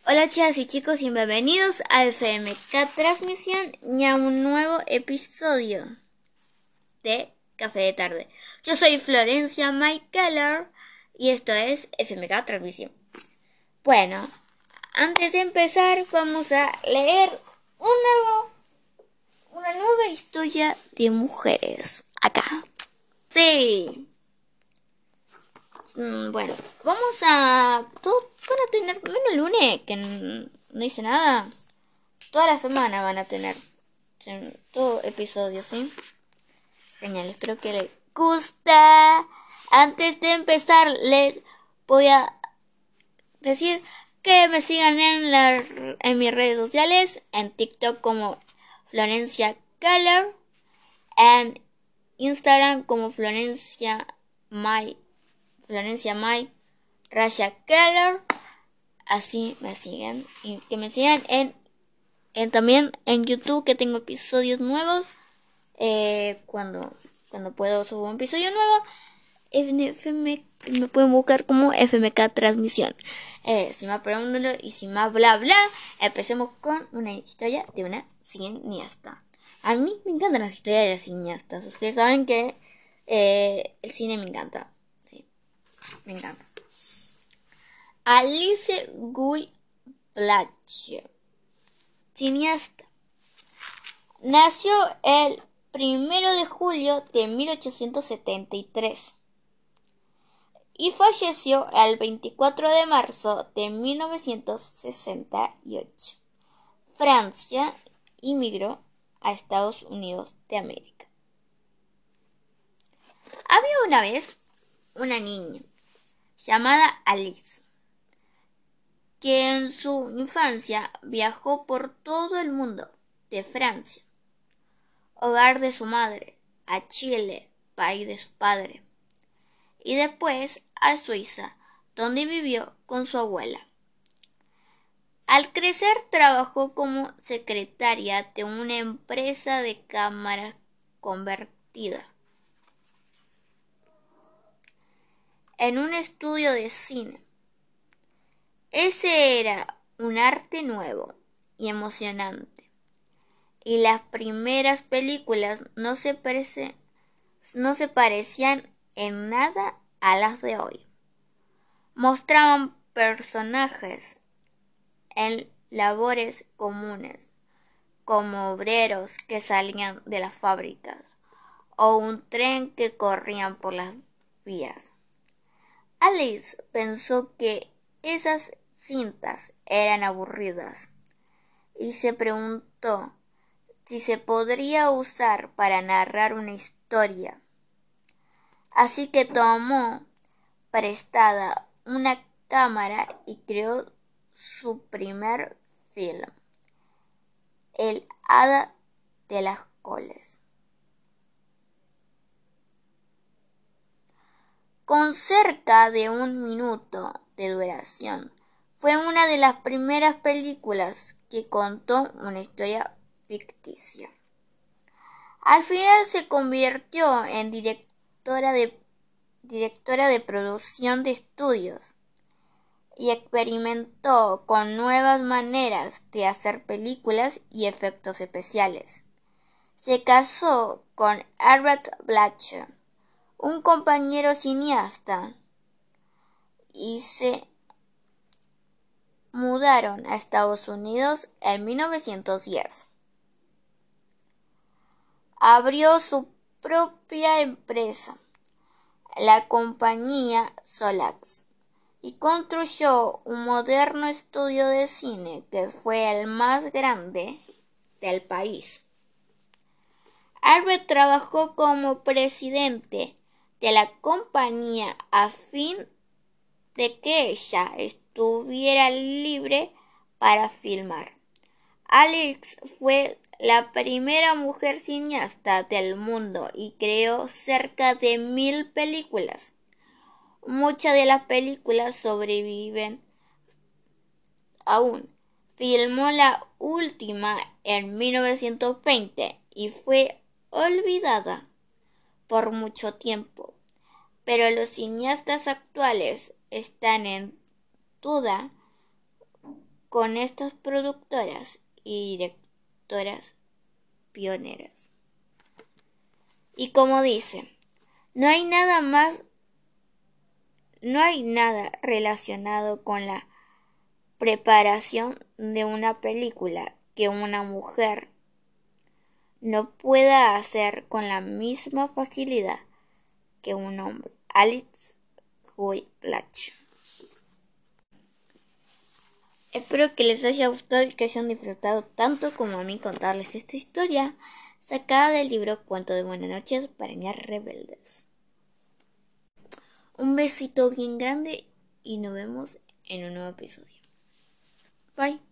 Hola chicas y chicos y bienvenidos a FMK Transmisión y a un nuevo episodio de Café de Tarde. Yo soy Florencia Keller y esto es FMK Transmisión. Bueno, antes de empezar vamos a leer una nueva historia de mujeres acá. Sí. Bueno, todos van a tener, menos el lunes, que no hice nada. Toda la semana van a tener todo episodio, ¿sí? Genial, espero que les gusta. Antes de empezar, les voy a decir que me sigan en mis redes sociales, en TikTok como Florencia Keller, en Instagram como Florencia May Rasha Keller. Así me siguen. Y que me sigan también en YouTube, que tengo episodios nuevos. Cuando puedo subo un episodio nuevo. Me pueden buscar como FMK Transmisión. Sin más preámbulo y sin más bla bla, empecemos con una historia de una cineasta. A mí me encantan las historias de las cineastas. Ustedes saben que el cine me encanta. Sí, me encanta. Alice Guy Blaché, cineasta. Nació el 1 de julio de 1873 y falleció el 24 de marzo de 1968. Francia inmigró a Estados Unidos de América. Había una vez una niña llamada Alice, que en su infancia viajó por todo el mundo, de Francia, hogar de su madre, a Chile, país de su padre, y después a Suiza, donde vivió con su abuela. Al crecer trabajó como secretaria de una empresa de cámaras convertida en un estudio de cine. Ese era un arte nuevo y emocionante, y las primeras películas no se parecían en nada a las de hoy. Mostraban personajes en labores comunes, como obreros que salían de las fábricas o un tren que corrían por las vías. Alice pensó que esas cintas eran aburridas y se preguntó si se podría usar para narrar una historia. Así que tomó prestada una cámara y creó su primer film, El Hada de las Coles. Con cerca de 1 minuto de duración, fue una de las primeras películas que contó una historia ficticia. Al final se convirtió en directora de producción de estudios y experimentó con nuevas maneras de hacer películas y efectos especiales. Se casó con Herbert Blacher, un compañero cineasta, y se mudaron a Estados Unidos en 1910. Abrió su propia empresa, la compañía Solax, y construyó un moderno estudio de cine que fue el más grande del país. Albert trabajó como presidente de la compañía a fin de que ella estuviera libre para filmar. Alex fue la primera mujer cineasta del mundo y creó cerca de 1000 películas. Muchas de las películas sobreviven aún. Filmó la última en 1920 y fue olvidada por mucho tiempo, pero los cineastas actuales están en duda con estas productoras y directoras pioneras. Y como dice, no hay nada relacionado con la preparación de una película que una mujer no pueda hacer con la misma facilidad que un hombre. Alice Guy Black. Espero que les haya gustado y que hayan disfrutado tanto como a mí contarles esta historia sacada del libro Cuento de Buenas noches para niñas rebeldes. Un besito bien grande y nos vemos en un nuevo episodio. Bye.